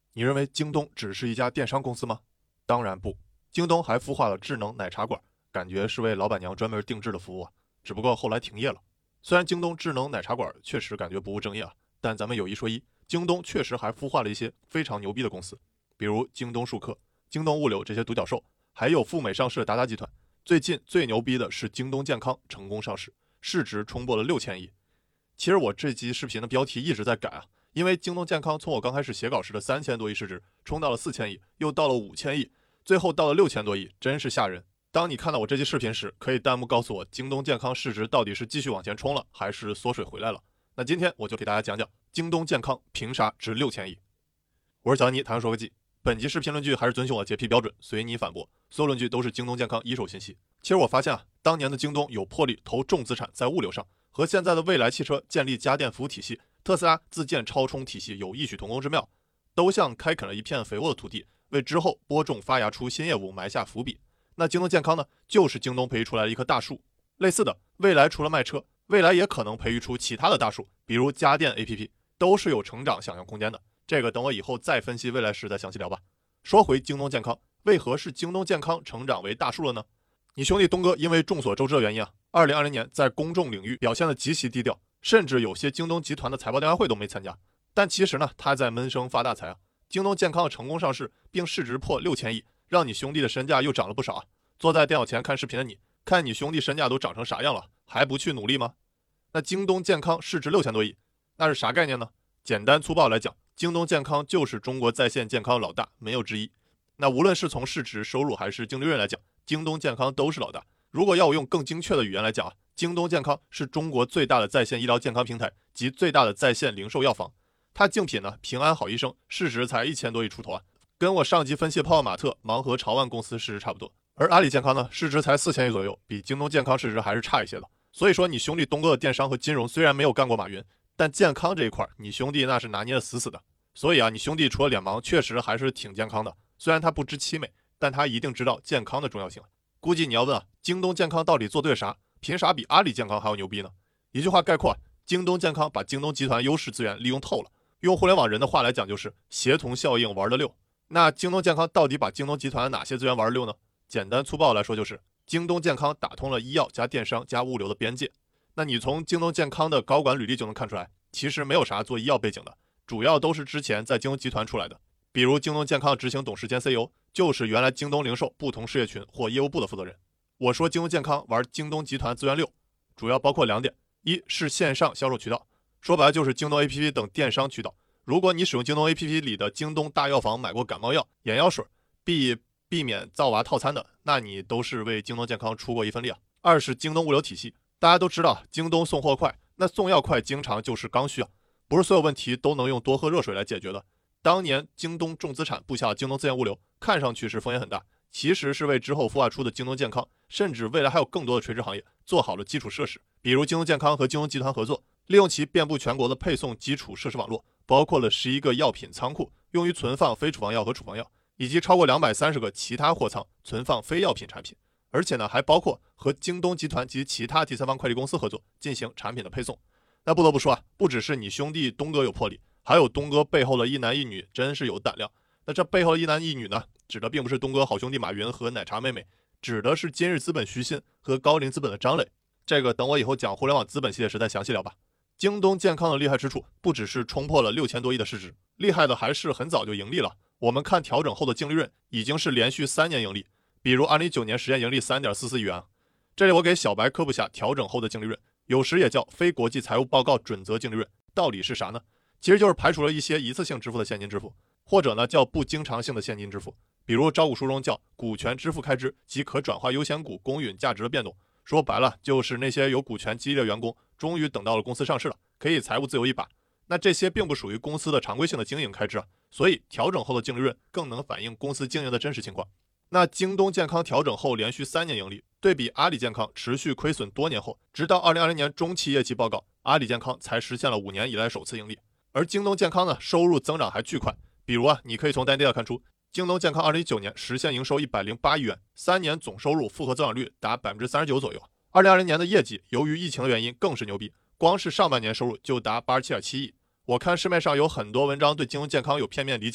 你认为京东只是一家电商公司吗？当然不，京东还孵化了智能奶茶馆，感觉是为老板娘专门定制的服务啊。只不过后来停业了。虽然京东智能奶茶馆确实感觉不务正业啊，但咱们有一说一，京东确实还孵化了一些非常牛逼的公司，比如京东数科、京东物流这些独角兽，还有赴美上市的达达集团。最近最牛逼的是京东健康成功上市，市值冲破了6000亿。其实我这集视频的标题一直在改啊，因为京东健康从我刚开始写稿时的3000多亿市值冲到了4000亿，又到了5000亿，最后到了6000多亿，真是吓人。当你看到我这期视频时，可以弹幕告诉我京东健康市值到底是继续往前冲了，还是缩水回来了。那今天我就给大家讲讲京东健康凭啥值6000亿。我是小尼，谈说科技。本集视频论据还是遵循我的洁癖标准，随你反驳。所有论据都是京东健康一手信息。其实我发现啊，当年的京东有魄力投重资产在物流上，和现在的蔚来汽车建立家电服务体系，特斯拉自建超充体系有异曲同工之妙，都像开垦了一片肥沃的土地，为之后播种发芽出新业务埋下伏笔。那京东健康呢，就是京东培育出来的一棵大树。类似的，未来除了卖车，未来也可能培育出其他的大树，比如家电 APP， 都是有成长想象空间的。这个等我以后再分析未来时再详细聊吧。说回京东健康，为何是京东健康成长为大树了呢？你兄弟东哥因为众所周知的原因啊，2020年在公众领域表现得极其低调，甚至有些京东集团的财报电话会都没参加。但其实呢，他在闷声发大财啊。京东健康的成功上市，并市值破6000亿，让你兄弟的身价又涨了不少啊。坐在电脑前看视频的你，看你兄弟身价都涨成啥样了，还不去努力吗？那京东健康市值6000多亿，那是啥概念呢？简单粗暴来讲，京东健康就是中国在线健康老大，没有之一。那无论是从市值、收入还是净利润来讲，京东健康都是老大。如果要我用更精确的语言来讲啊，京东健康是中国最大的在线医疗健康平台及最大的在线零售药房。它竞品呢，平安好医生市值才1000多亿出头啊，跟我上集分析泡泡玛特、盲盒、潮万公司市值差不多。而阿里健康呢，市值才4000亿左右，比京东健康市值还是差一些的。所以说，你兄弟东哥的电商和金融虽然没有干过马云，但健康这一块，你兄弟那是拿捏的死死的。所以啊，你兄弟除了脸盲，确实还是挺健康的。虽然他不知其美，但他一定知道健康的重要性。估计你要问啊，京东健康到底做对啥？凭啥比阿里健康还要牛逼呢？一句话概括啊，京东健康把京东集团优势资源利用透了。用互联网人的话来讲，就是协同效应玩得溜。那京东健康到底把京东集团的哪些资源玩得溜呢？简单粗暴来说，就是京东健康打通了医药加电商加物流的边界。那你从京东健康的高管履历就能看出来，其实没有啥做医药背景的，主要都是之前在京东集团出来的。比如京东健康执行董事兼 CEO 就是原来京东零售不同事业群或业务部的负责人。我说京东健康玩京东集团资源溜，主要包括2点：一是线上销售渠道，说白了就是京东 APP 等电商渠道。如果你使用京东 APP 里的京东大药房买过感冒药、眼药水，避免造娃套餐的，那你都是为京东健康出过一份力啊。二是京东物流体系，大家都知道京东送货快，那送药快经常就是刚需啊，不是所有问题都能用多喝热水来解决的。当年京东重资产布下京东自建物流，看上去是风险很大，其实是为之后孵化出的京东健康，甚至未来还有更多的垂直行业做好了基础设施。比如京东健康和京东集团合作，利用其遍布全国的配送基础设施网络，包括了11个药品仓库，用于存放非处方药和处方药，以及超过230个其他货仓存放非药品产品。而且呢，还包括和京东集团及其他第三方快递公司合作，进行产品的配送。那不得不说啊，不只是你兄弟东哥有魄力，还有东哥背后的一男一女真是有胆量。那这背后的一男一女呢，指的并不是东哥好兄弟马云和奶茶妹妹，指的是今日资本徐鑫和高瓴资本的张磊。这个等我以后讲互联网资本系列时再详细聊吧。京东健康的厉害之处，不只是冲破了6000多亿的市值，厉害的还是很早就盈利了。我们看调整后的净利润，已经是连续3年盈利。比如2019年实现盈利3.44亿元。这里我给小白科普下调整后的净利润，有时也叫非国际财务报告准则净利润，到底是啥呢？其实就是排除了一些一次性支付的现金支付，或者呢叫不经常性的现金支付，比如招股书中叫股权支付开支及可转化优先股公允价值的变动。说白了，就是那些有股权激励的员工终于等到了公司上市了，可以财务自由一把。那这些并不属于公司的常规性的经营开支啊，所以调整后的净利润更能反映公司经营的真实情况。那京东健康调整后连续3年盈利，对比阿里健康持续亏损多年后，直到2020年中期业绩报告，阿里健康才实现了5年以来首次盈利。而京东健康呢，收入增长还巨快。比如啊，你可以从单 data 看出，京东健康2019年实现营收108亿元，3年总收入复合增长率达39%左右。2020年的业绩由于疫情的原因更是牛逼，光是上半年收入就达87.7亿。我看市面上有很多文章对京东健康有片面理解，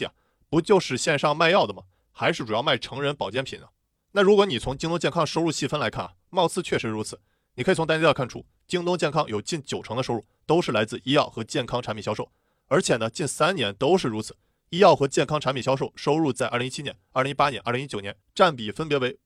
不就是线上卖药的吗？还是主要卖成人保健品呢？那如果你从京东健康收入细分来看貌似确实如此。你可以从单季报看出，京东健康有近90%的收入都是来自医药和健康产品销售，而且呢，近3年都是如此。医药和健康产品销售收入在2017年、2018年、2019年占比分别为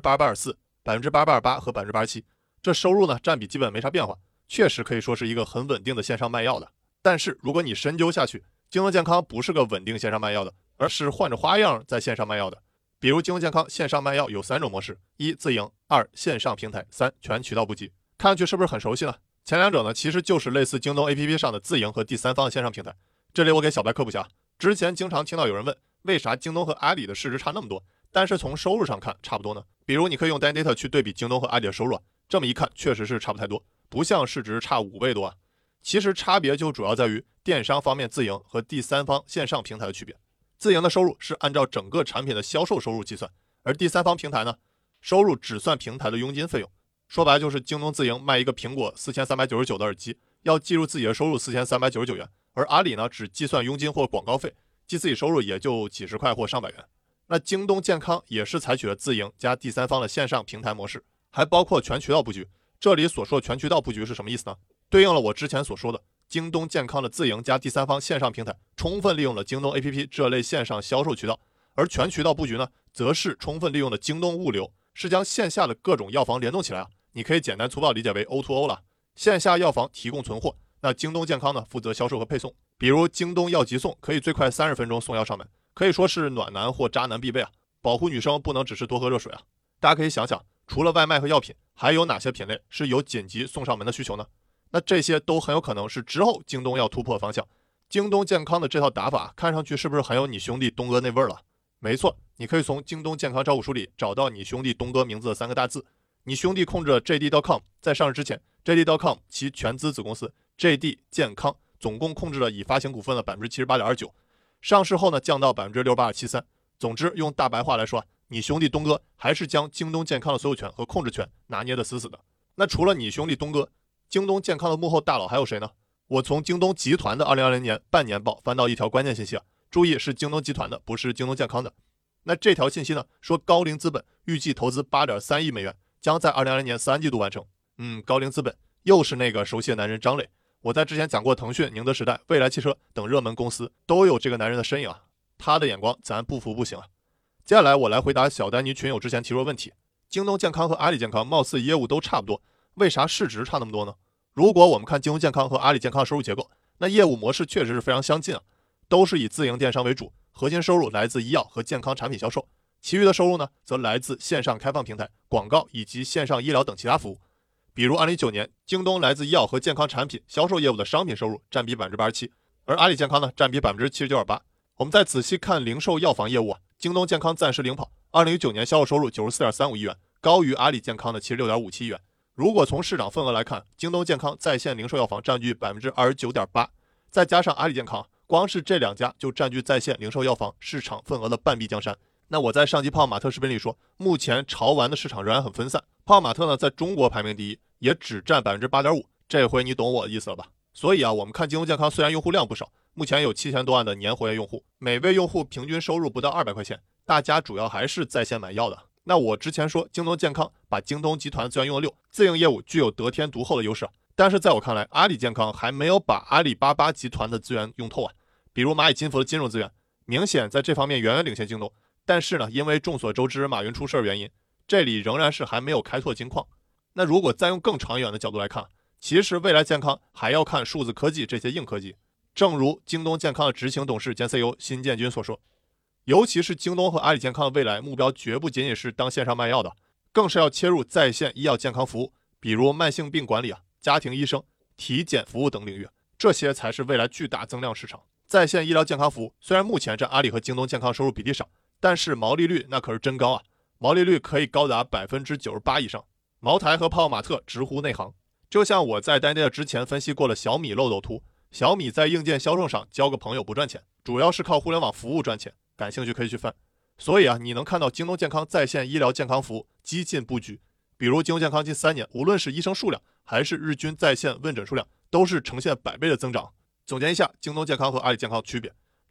88.24%、88.28%和87%。这收入呢占比基本没啥变化，确实可以说是一个很稳定的线上卖药的。但是如果你深究下去，京东健康不是个稳定线上卖药的，而是换着花样在线上卖药的。比如京东健康线上卖药有3种模式：一自营，二线上平台，三全渠道布局。看上去是不是很熟悉呢？前两者呢其实就是类似京东 APP 上的自营和第三方的线上平台。这里我给小白科普下，之前经常听到有人问，为啥京东和阿里的市值差那么多，但是从收入上看差不多呢？比如你可以用 Data 去对比京东和阿里的收入，这么一看确实是差不太多，不像市值差5倍多啊。其实差别就主要在于电商方面自营和第三方线上平台的区别。自营的收入是按照整个产品的销售收入计算，而第三方平台呢，收入只算平台的佣金费用。说白就是京东自营卖一个苹果4399的耳机，要计入自己的收入4399元，而阿里呢只计算佣金或广告费，计自己收入也就几十块或上百元。那京东健康也是采取了自营加第三方的线上平台模式，还包括全渠道布局。这里所说的全渠道布局是什么意思呢？对应了我之前所说的京东健康的自营加第三方线上平台，充分利用了京东 APP 这类线上销售渠道，而全渠道布局呢，则是充分利用了京东物流，是将线下的各种药房联动起来啊。你可以简单粗暴理解为 O2O 了。线下药房提供存货，那京东健康呢负责销售和配送。比如京东药急送可以最快30分钟送药上门，可以说是暖男或渣男必备啊。保护女生不能只是多喝热水啊。大家可以想想，除了外卖和药品，还有哪些品类是有紧急送上门的需求呢？那这些都很有可能是之后京东要突破的方向。京东健康的这套打法看上去是不是很有你兄弟东哥那味儿了？没错，你可以从京东健康招股书里找到你兄弟东哥名字的3个大字。你兄弟控制了 JD.com， 在上市之前 JD.com 其全资子公司 JD 健康总共控制了已发行股份的 78.29%， 上市后呢降到 68.73%。 总之用大白话来说，你兄弟东哥还是将京东健康的所有权和控制权拿捏得死死的。那除了你兄弟东哥，京东健康的幕后大佬还有谁呢？我从京东集团的2020年半年报翻到一条关键信息啊，注意是京东集团的，不是京东健康的。那这条信息呢说高瓴资本预计投资 8.3亿美元，将在2020年3季度完成。高瓴资本又是那个熟悉的男人张磊。我在之前讲过腾讯、宁德时代、蔚来汽车等热门公司都有这个男人的身影啊，他的眼光咱不服不行啊。接下来我来回答小丹尼群友之前提出的问题，京东健康和阿里健康貌似业务都差不多，为啥市值差那么多呢？如果我们看京东健康和阿里健康的收入结构，那业务模式确实是非常相近啊，都是以自营电商为主，核心收入来自医药和健康产品销售，其余的收入呢，则来自线上开放平台、广告以及线上医疗等其他服务。比如2019年，京东来自医药和健康产品销售业务的商品收入占比 87%， 而阿里健康呢占比 79.8%。我们再仔细看零售药房业务啊，京东健康暂时领跑，2019年销售收入 94.35亿元，高于阿里健康的 76.57亿元。如果从市场份额来看，京东健康在线零售药房占据 29.8%， 再加上阿里健康，光是这2家就占据在线零售药房市场份额的半壁江山。那我在上期泡泡玛特视频里说，目前潮玩的市场仍然很分散，泡泡玛特呢在中国排名第一，也只占 8.5%， 这回你懂我的意思了吧？所以啊，我们看京东健康虽然用户量不少，目前有7000多万的年活跃用户，每位用户平均收入不到200块钱，大家主要还是在线买药的。那我之前说京东健康把京东集团资源用了6，自营业务具有得天独厚的优势，但是在我看来，阿里健康还没有把阿里巴巴集团的资源用透啊，比如蚂蚁金服的金融资源，明显在这方面远远领先京东。但是呢，因为众所周知马云出事的原因，这里仍然是还没有开拓金矿。那如果再用更长远的角度来看，其实未来健康还要看数字科技这些硬科技。正如京东健康的执行董事兼 CEO 辛建军所说，尤其是京东和阿里健康的未来目标绝不仅仅是当线上卖药的，更是要切入在线医药健康服务，比如慢性病管理啊、家庭医生、体检服务等领域，这些才是未来巨大增量市场。在线医疗健康服务虽然目前占阿里和京东健康收入比例少，但是毛利率那可是真高啊，毛利率可以高达 98% 以上。茅台和泡泡玛特直呼内行。就像我在Data之前分析过的小米漏斗图，小米在硬件销售上交个朋友不赚钱，主要是靠互联网服务赚钱，感兴趣可以去翻。所以啊，你能看到京东健康在线医疗健康服务激进布局，比如京东健康近3年，无论是医生数量还是日均在线问诊数量，都是呈现100倍的增长。总结一下京东健康和阿里健康的区别，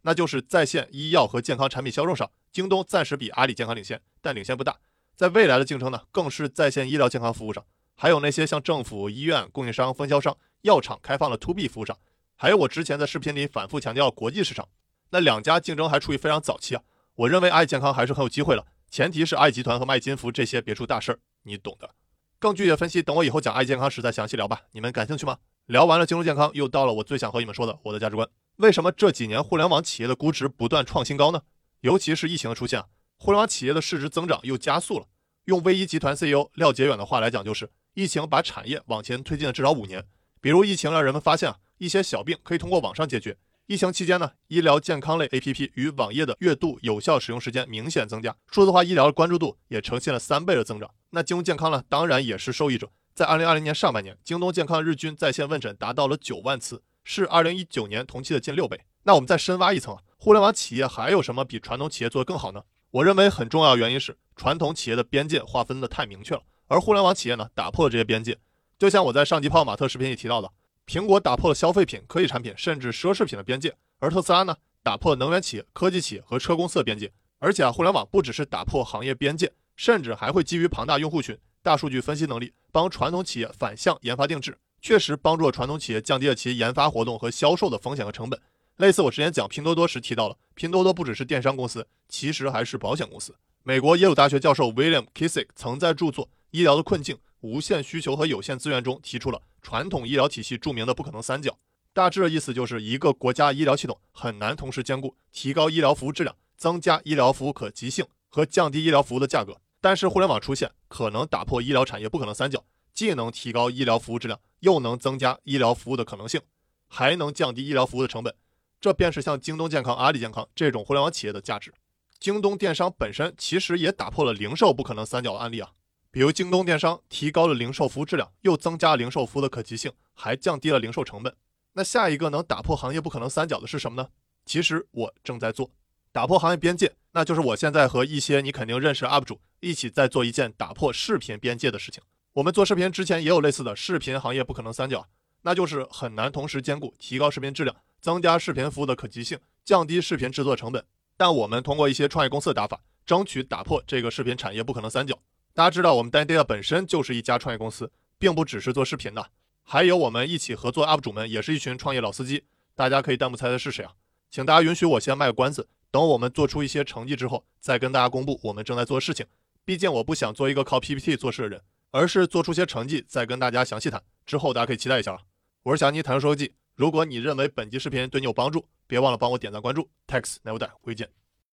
那就是在线医药和健康产品销售上，京东暂时比阿里健康领先，但领先不大。在未来的竞争呢，更是在线医疗健康服务上，还有那些像政府、医院、供应商、分销商、药厂开放的 to B 服务上，还有我之前在视频里反复强调国际市场。那两家竞争还处于非常早期啊，我认为阿里健康还是很有机会了，前提是阿里集团和蚂蚁金服这些别出大事儿，你懂的。更具体的分析，等我以后讲阿里健康时再详细聊吧，你们感兴趣吗？聊完了京东健康，又到了我最想和你们说的我的价值观。为什么这几年互联网企业的估值不断创新高呢？尤其是疫情的出现啊，互联网企业的市值增长又加速了。用微一集团 CEO 廖杰远的话来讲，就是疫情把产业往前推进了至少5年。比如疫情让人们发现啊，一些小病可以通过网上解决。疫情期间呢，医疗健康类 APP 与网页的月度有效使用时间明显增加，数字化医疗的关注度也呈现了3倍的增长。那京东健康呢，当然也是受益者。在2020年上半年，京东健康日均在线问诊达到了9万次，是2019年同期的近6倍。那我们再深挖一层啊，互联网企业还有什么比传统企业做得更好呢？我认为很重要的原因是传统企业的边界划分的太明确了，而互联网企业呢，打破了这些边界。就像我在上集泡马特视频里提到的，苹果打破了消费品、科技产品甚至奢侈品的边界，而特斯拉呢，打破了能源企业、科技企业和车公司的边界。而且互联网不只是打破行业边界，甚至还会基于庞大用户群、大数据分析能力，帮传统企业反向研发定制，确实帮助了传统企业降低了其研发活动和销售的风险和成本。类似我之前讲拼多多时提到了，拼多多不只是电商公司，其实还是保险公司。美国耶鲁大学教授 William Kissick 曾在著作《医疗的困境：无限需求和有限资源》中提出了传统医疗体系著名的不可能三角。大致的意思就是一个国家医疗系统很难同时兼顾提高医疗服务质量、增加医疗服务可及性和降低医疗服务的价格。但是互联网出现，可能打破医疗产业不可能三角，既能提高医疗服务质量，又能增加医疗服务的可能性，还能降低医疗服务的成本。这便是像京东健康、阿里健康这种互联网企业的价值。京东电商本身其实也打破了零售不可能三角的案例啊，比如京东电商提高了零售服务质量，又增加了零售服务的可及性，还降低了零售成本。那下一个能打破行业不可能三角的是什么呢？其实我正在做。打破行业边界，那就是我现在和一些你肯定认识的 UP 主一起在做一件打破视频边界的事情。我们做视频之前也有类似的视频行业不可能三角，那就是很难同时兼顾提高视频质量、增加视频服务的可及性、降低视频制作成本。但我们通过一些创业公司的打法，争取打破这个视频产业不可能三角。大家知道我们 DaniData 本身就是一家创业公司，并不只是做视频的，还有我们一起合作 UP 主们也是一群创业老司机，大家可以弹幕猜猜是谁啊？请大家允许我先卖个关子，等我们做出一些成绩之后，再跟大家公布我们正在做的事情。毕竟我不想做一个靠 PPT 做事的人，而是做出些成绩再跟大家详细谈，之后大家可以期待一下。我是小尼谈说周记，如果你认为本期视频对你有帮助，别忘了帮我点赞关注。Tax never die，回见。